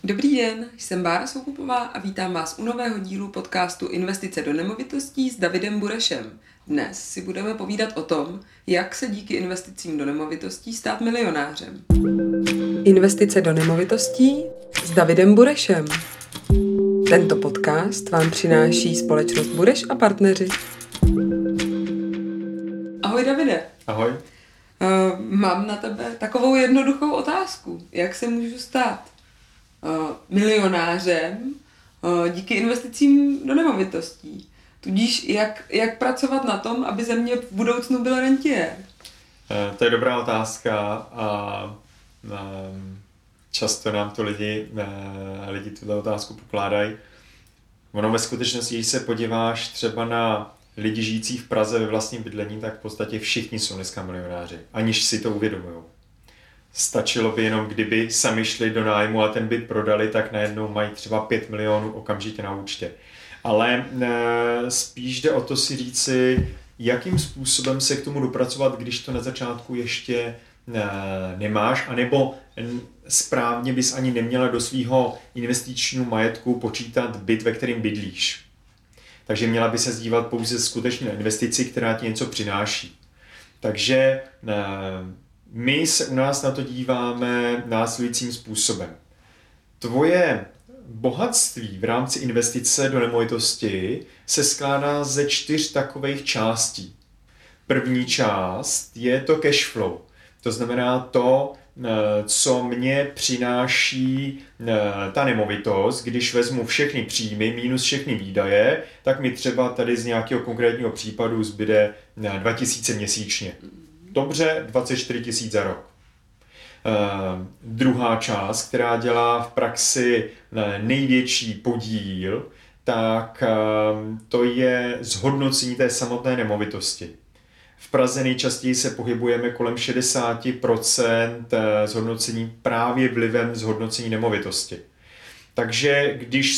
Dobrý den, jsem Bára Soukupová a vítám vás u nového dílu podcastu Investice do nemovitostí s Davidem Burešem. Dnes si budeme povídat o tom, jak se díky investicím do nemovitostí stát milionářem. Investice do nemovitostí s Davidem Burešem. Tento podcast vám přináší společnost Bureš a partneři. Ahoj Davide. Ahoj. Mám na tebe takovou jednoduchou otázku. Jak se můžu stát milionářem díky investicím do nemovitostí? Tudíž jak pracovat na tom, aby ze mě v budoucnu byl rentiér? To je dobrá otázka a často nám to lidi tuto otázku pokládají. Ono ve skutečnosti, když se podíváš třeba na lidi žijící v Praze ve vlastním bydlení, tak v podstatě všichni jsou dneska milionáři, aniž si to uvědomují. Stačilo by jenom, kdyby sami šli do nájmu a ten byt prodali, tak najednou mají třeba 5 milionů okamžitě na účtě. Ale spíš jde o to si říci, jakým způsobem se k tomu dopracovat, když to na začátku ještě nemáš, anebo správně bys ani neměla do svého investičního majetku počítat byt, ve kterém bydlíš. Takže měla by se dívat pouze skutečně na investici, která ti něco přináší. Takže my se u nás na to díváme následujícím způsobem. Tvoje bohatství v rámci investice do nemovitosti se skládá ze 4 takových částí. První část je to cash flow. To znamená to, co mě přináší ta nemovitost, když vezmu všechny příjmy minus všechny výdaje, tak mi třeba tady z nějakého konkrétního případu zbyde 2000 měsíčně. Dobře, 24 000 za rok. Druhá část, která dělá v praxi největší podíl, tak to je zhodnocení té samotné nemovitosti. V Praze nejčastěji se pohybujeme kolem 60% zhodnocení právě vlivem zhodnocení nemovitosti. Takže když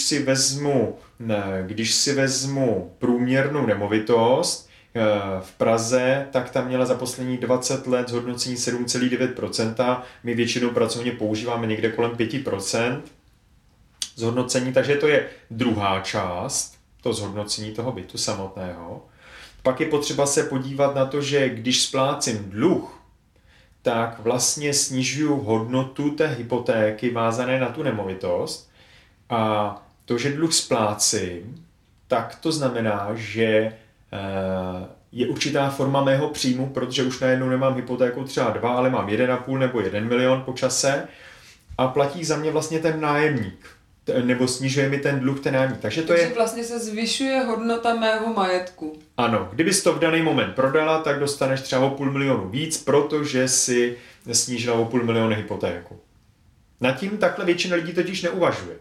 si vezmu průměrnou nemovitost v Praze, tak tam měla za poslední 20 let zhodnocení 7,9%. My většinou pracovně používáme někde kolem 5% zhodnocení, takže to je druhá část, to zhodnocení toho bytu samotného. Pak je potřeba se podívat na to, že když splácím dluh, tak vlastně snižuju hodnotu té hypotéky vázané na tu nemovitost. A to, že dluh splácím, tak to znamená, že je určitá forma mého příjmu, protože už najednou nemám hypotéku třeba 2, ale mám 1,5 nebo 1 milion po čase a platí za mě vlastně ten nájemník. Nebo snižuje mi ten dluh ten nájemník. Takže vlastně se zvyšuje hodnota mého majetku. Ano, kdybys to v daný moment prodala, tak dostaneš třeba o 500 000 víc, protože si snížila o 500 000 hypotéku. Nad tím takhle většina lidí totiž neuvažuje.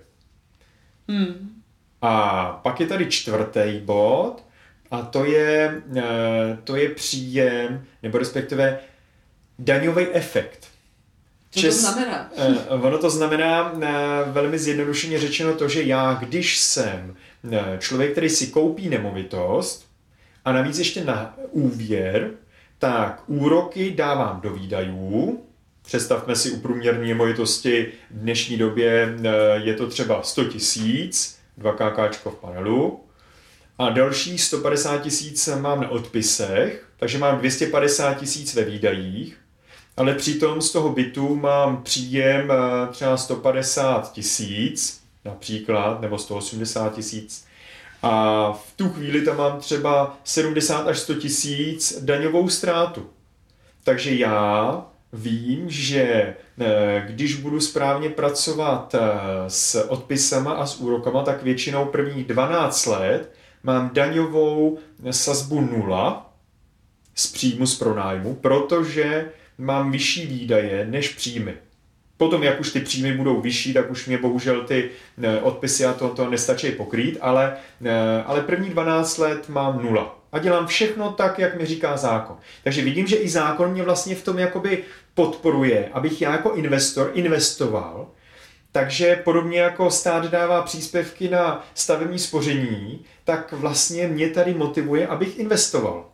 A pak je tady 4. bod a to je příjem, nebo respektive daňový efekt. Co to znamená? Ono to znamená velmi zjednodušeně řečeno to, že já, když jsem člověk, který si koupí nemovitost a navíc ještě na úvěr, tak úroky dávám do výdajů. Představme si u průměrné nemovitosti v dnešní době je to třeba 100 000, 2 kk v panelu a další 150 000 mám na odpisech, takže mám 250 000 ve výdajích. Ale přitom z toho bytu mám příjem třeba 150 000 například, nebo 180 000. A v tu chvíli tam mám třeba 70 až 100 000 daňovou ztrátu. Takže já vím, že když budu správně pracovat s odpisama a s úrokama, tak většinou prvních 12 let mám daňovou sazbu 0 z příjmu z pronájmu, protože mám vyšší výdaje než příjmy. Potom, jak už ty příjmy budou vyšší, tak už mě bohužel ty odpisy a to nestačí pokrýt, ale první 12 let mám 0. A dělám všechno tak, jak mi říká zákon. Takže vidím, že i zákon mě vlastně v tom jakoby podporuje, abych já jako investor investoval. Takže podobně jako stát dává příspěvky na stavební spoření, tak vlastně mě tady motivuje, abych investoval.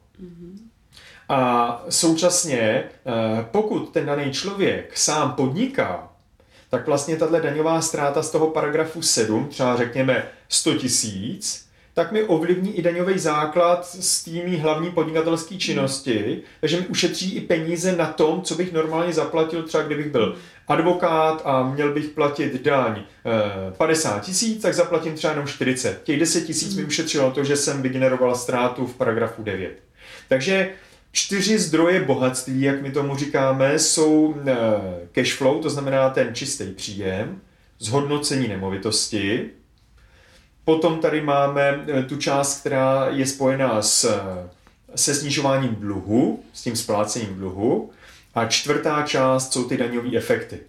A současně, pokud ten daný člověk sám podniká, tak vlastně tato daňová ztráta z toho paragrafu 7, třeba řekněme 100 000, tak mi ovlivní i daňový základ z té mý hlavní podnikatelské činnosti, takže mi ušetří i peníze na tom, co bych normálně zaplatil, třeba kdybych byl advokát a měl bych platit daň 50 000, tak zaplatím třeba jenom 40. Těch 10 000 mi ušetřilo to, že jsem vygeneroval ztrátu v paragrafu 9. Takže 4 zdroje bohatství, jak my tomu říkáme, jsou cash flow, to znamená ten čistý příjem, zhodnocení nemovitosti. Potom tady máme tu část, která je spojená se snižováním dluhu, s tím splácením dluhu. A 4. část jsou ty daňové efekty.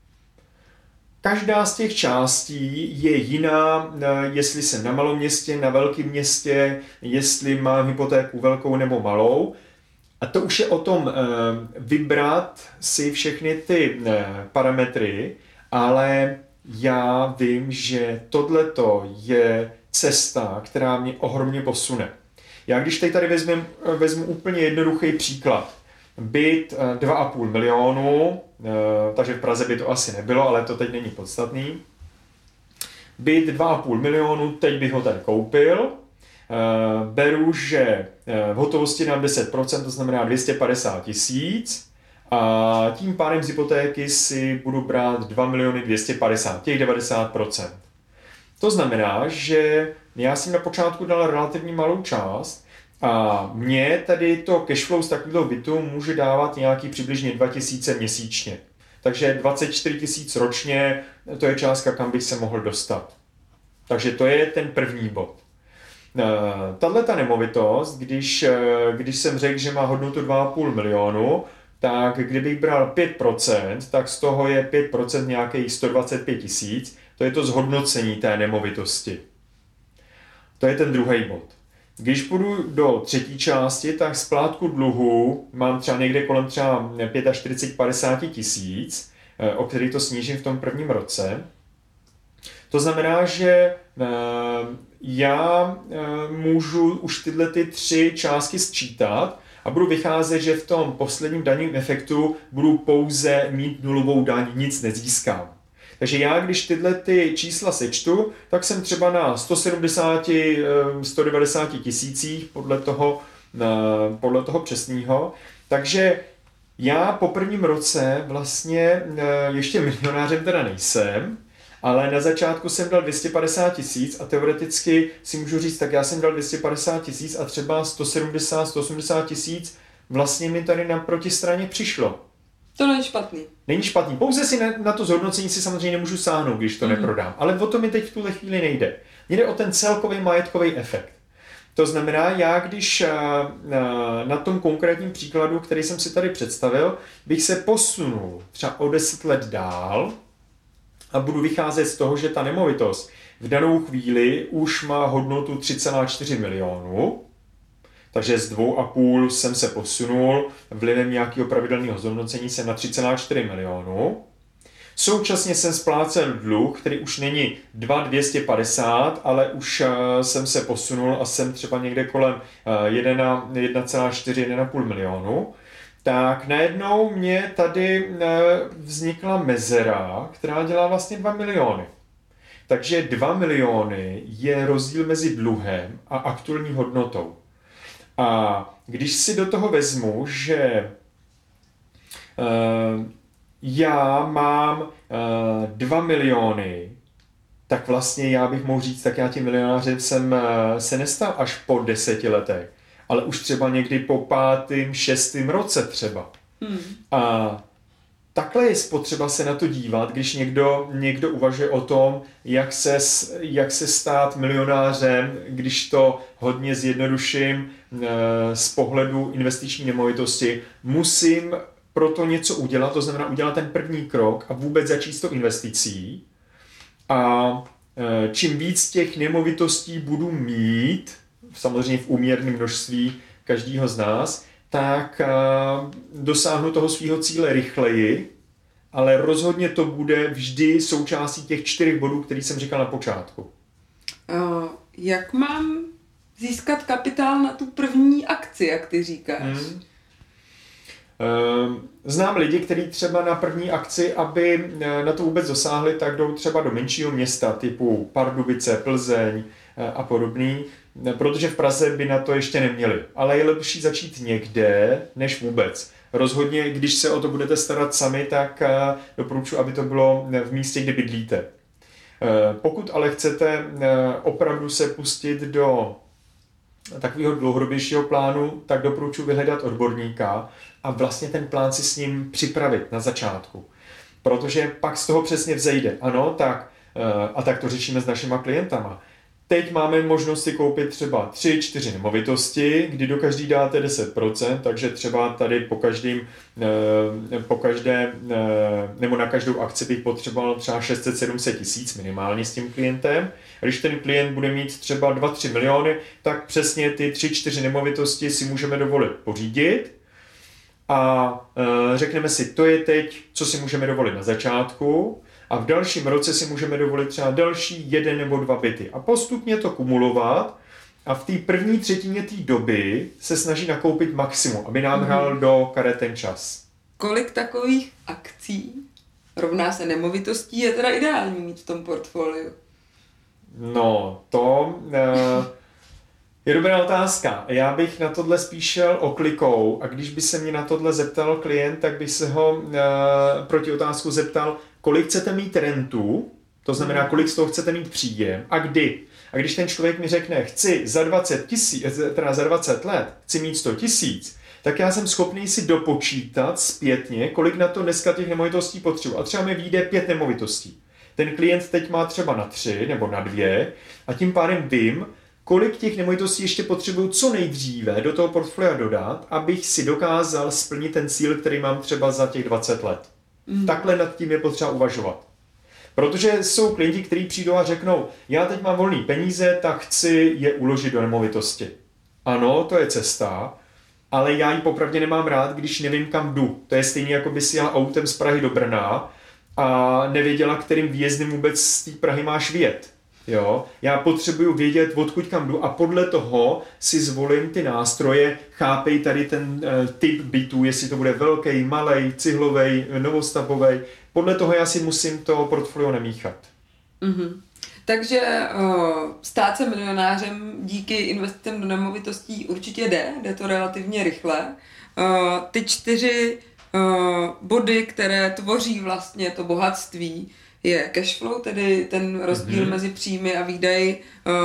Každá z těch částí je jiná, jestli jsem na malém městě, na velkém městě, jestli mám hypotéku velkou nebo malou. A to už je o tom vybrat si všechny ty parametry, ale já vím, že tohleto je cesta, která mě ohromně posune. Já když tady vezmu úplně jednoduchý příklad. Byt 2,5 milionu, takže v Praze by to asi nebylo, ale to teď není podstatný. Byt 2,5 milionu, teď bych ho tady koupil. Beru, že v hotovosti dám 10%, to znamená 250 000. A tím pádem z hypotéky si budu brát 2 250 000, těch 90%. To znamená, že já jsem na počátku dal relativně malou část a mě tady to cashflow z takového bytu může dávat nějaký přibližně 2 000 měsíčně. Takže 24 000 ročně, to je částka, kam bych se mohl dostat. Takže to je ten první bod. Tato nemovitost, když jsem řekl, že má hodnotu 2,5 milionu, tak kdybych bral 5%, tak z toho je 5% nějakých 125 000, to je to zhodnocení té nemovitosti. To je ten druhý bod. Když půjdu do třetí části, tak splátku dluhu mám třeba někde kolem třeba 45-50 tisíc, o který to snížím v tom prvním roce. To znamená, že já můžu už tyhle ty 3 částky sčítat a budu vycházet, že v tom posledním daňovém efektu budu pouze mít nulovou daň, nic nezískám. Takže já, když tyhle ty čísla sečtu, tak jsem třeba na 170-190 tisících podle toho přesného. Takže já po prvním roce vlastně ještě milionářem teda nejsem, ale na začátku jsem dal 250 tisíc a teoreticky si můžu říct, tak já jsem dal 250 tisíc a třeba 170-180 tisíc vlastně mi tady na protistraně přišlo. To není špatný. Není špatný. Pouze si na to zhodnocení si samozřejmě nemůžu sáhnout, když to neprodám. Ale o to mi teď v tuhle chvíli nejde. Jde o ten celkový majetkový efekt. To znamená, já když na tom konkrétním příkladu, který jsem si tady představil, bych se posunul třeba o 10 let dál a budu vycházet z toho, že ta nemovitost v danou chvíli už má hodnotu 3,4 milionu, takže z 2,5 jsem se posunul, vlivem nějakého pravidelného zhodnocení jsem na 3,4 milionu. Současně jsem splácel dluh, který už není 250, ale už jsem se posunul a jsem třeba někde kolem 1,4-1,5 milionu. Tak najednou mě tady vznikla mezera, která dělá vlastně 2 miliony. Takže 2 miliony je rozdíl mezi dluhem a aktuální hodnotou. A když si do toho vezmu, že já mám 2 miliony, tak vlastně já bych mohl říct, tak já tím milionářem jsem se nestal až po 10 letech, ale už třeba někdy po 5., 6. roce třeba. A takhle je potřeba se na to dívat, když někdo uvažuje o tom, jak se stát milionářem, když to hodně zjednoduším z pohledu investiční nemovitosti. Musím proto něco udělat, to znamená udělat ten první krok a vůbec začít s tou investicí. A čím víc těch nemovitostí budu mít, samozřejmě v úměrném množství každého z nás, tak dosáhnu toho svého cíle rychleji, ale rozhodně to bude vždy součástí těch 4 bodů, který jsem říkal na počátku. Jak mám získat kapitál na tu první akci, jak ty říkáš? Znám lidi, kteří třeba na první akci, aby na to vůbec dosáhli, tak jdou třeba do menšího města typu Pardubice, Plzeň a podobný, protože v Praze by na to ještě neměli. Ale je lepší začít někde, než vůbec. Rozhodně, když se o to budete starat sami, tak doporučuji, aby to bylo v místě, kde bydlíte. Pokud ale chcete opravdu se pustit do takového dlouhodobějšího plánu, tak doporučuji vyhledat odborníka a vlastně ten plán si s ním připravit na začátku. Protože pak z toho přesně vzejde. Ano, tak, a tak to řešíme s našima klientama. Teď máme možnost si koupit třeba 3-4 nemovitosti, kdy do každý dáte 10%, takže třeba tady po každé, nebo na každou akci bych potřeboval třeba 600-700 tisíc minimálně s tím klientem. A když ten klient bude mít třeba 2-3 miliony, tak přesně ty 3-4 nemovitosti si můžeme dovolit pořídit. A řekneme si, to je teď, co si můžeme dovolit na začátku, a v dalším roce si můžeme dovolit třeba další 1 nebo 2 byty. A postupně to kumulovat a v té první třetině té doby se snaží nakoupit maximum, aby nám hrál do karet ten čas. Kolik takových akcí rovná se nemovitostí je teda ideální mít v tom portfoliu? No, to je dobrá otázka. Já bych na tohle spíš šel oklikou a když by se mě na tohle zeptal klient, tak bych se ho proti otázku zeptal, kolik chcete mít rentu, to znamená, kolik z toho chcete mít příjem a kdy. A když ten člověk mi řekne, chci za 20 let, chci mít 100 tisíc, tak já jsem schopný si dopočítat zpětně, kolik na to dneska těch nemovitostí potřebuji. A třeba mi vyjde 5 nemovitostí. Ten klient teď má třeba na 3 nebo na 2 a tím pádem vím, kolik těch nemovitostí ještě potřebuju co nejdříve do toho portfolia dodat, abych si dokázal splnit ten cíl, který mám třeba za těch 20 let. Takhle nad tím je potřeba uvažovat. Protože jsou klienti, kteří přijdou a řeknou, já teď mám volný peníze, tak chci je uložit do nemovitosti. Ano, to je cesta, ale já ji popravdě nemám rád, když nevím, kam jdu. To je stejně, jako by si jela autem z Prahy do Brna a nevěděla, kterým výjezdem vůbec z té Prahy máš vyjet. Jo? Já potřebuju vědět, odkud kam jdu a podle toho si zvolím ty nástroje, chápej tady ten typ bytů, jestli to bude velký, malej, cihlovej, novostavovej. Podle toho já si musím to portfolio nemíchat. Mm-hmm. Takže stát se milionářem díky investicím do nemovitostí určitě jde to relativně rychle. Ty 4 body, které tvoří vlastně to bohatství, je cashflow, tedy ten rozdíl mezi příjmy a výdaji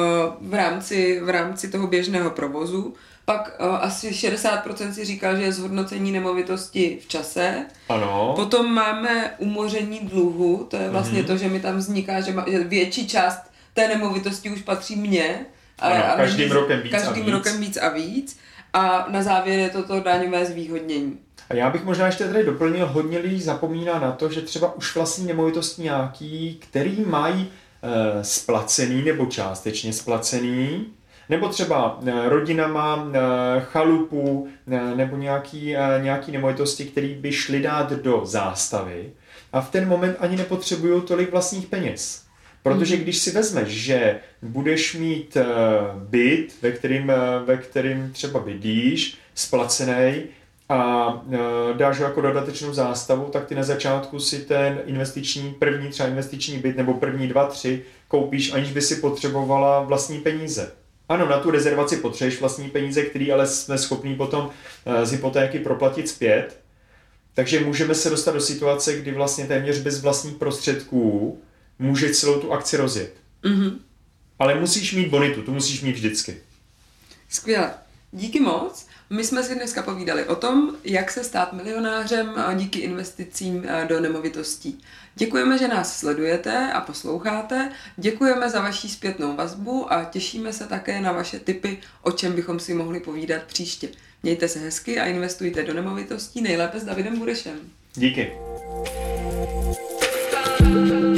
v rámci toho běžného provozu. Pak asi 60% si říkal, že je zhodnocení nemovitosti v čase. Ano. Potom máme umoření dluhu, to je vlastně to, že mi tam vzniká, že větší část té nemovitosti už patří mně. Ano, každým rokem víc a víc. A na závěr je to daňové zvýhodnění. A já bych možná ještě tady doplnil, hodně lidí zapomíná na to, že třeba už vlastní nemovitosti nějaký, který mají splacený nebo částečně splacený, nebo třeba rodina má chalupu nebo nějaký nemovitosti, které by šly dát do zástavy a v ten moment ani nepotřebují tolik vlastních peněz. Protože když si vezmeš, že budeš mít byt, ve kterým třeba bydlíš, splacený, a dáš ho jako dodatečnou zástavu, tak ty na začátku si ten investiční byt nebo první 2, 3 koupíš, aniž by si potřebovala vlastní peníze. Ano, na tu rezervaci potřebuješ vlastní peníze, který ale jsme schopní potom z hypotéky proplatit zpět. Takže můžeme se dostat do situace, kdy vlastně téměř bez vlastních prostředků může celou tu akci rozjet. Mm-hmm. Ale musíš mít bonitu, tu musíš mít vždycky. Skvěle. Díky moc. My jsme si dneska povídali o tom, jak se stát milionářem díky investicím do nemovitostí. Děkujeme, že nás sledujete a posloucháte, děkujeme za vaši zpětnou vazbu a těšíme se také na vaše tipy, o čem bychom si mohli povídat příště. Mějte se hezky a investujte do nemovitostí nejlépe s Davidem Burešem. Díky.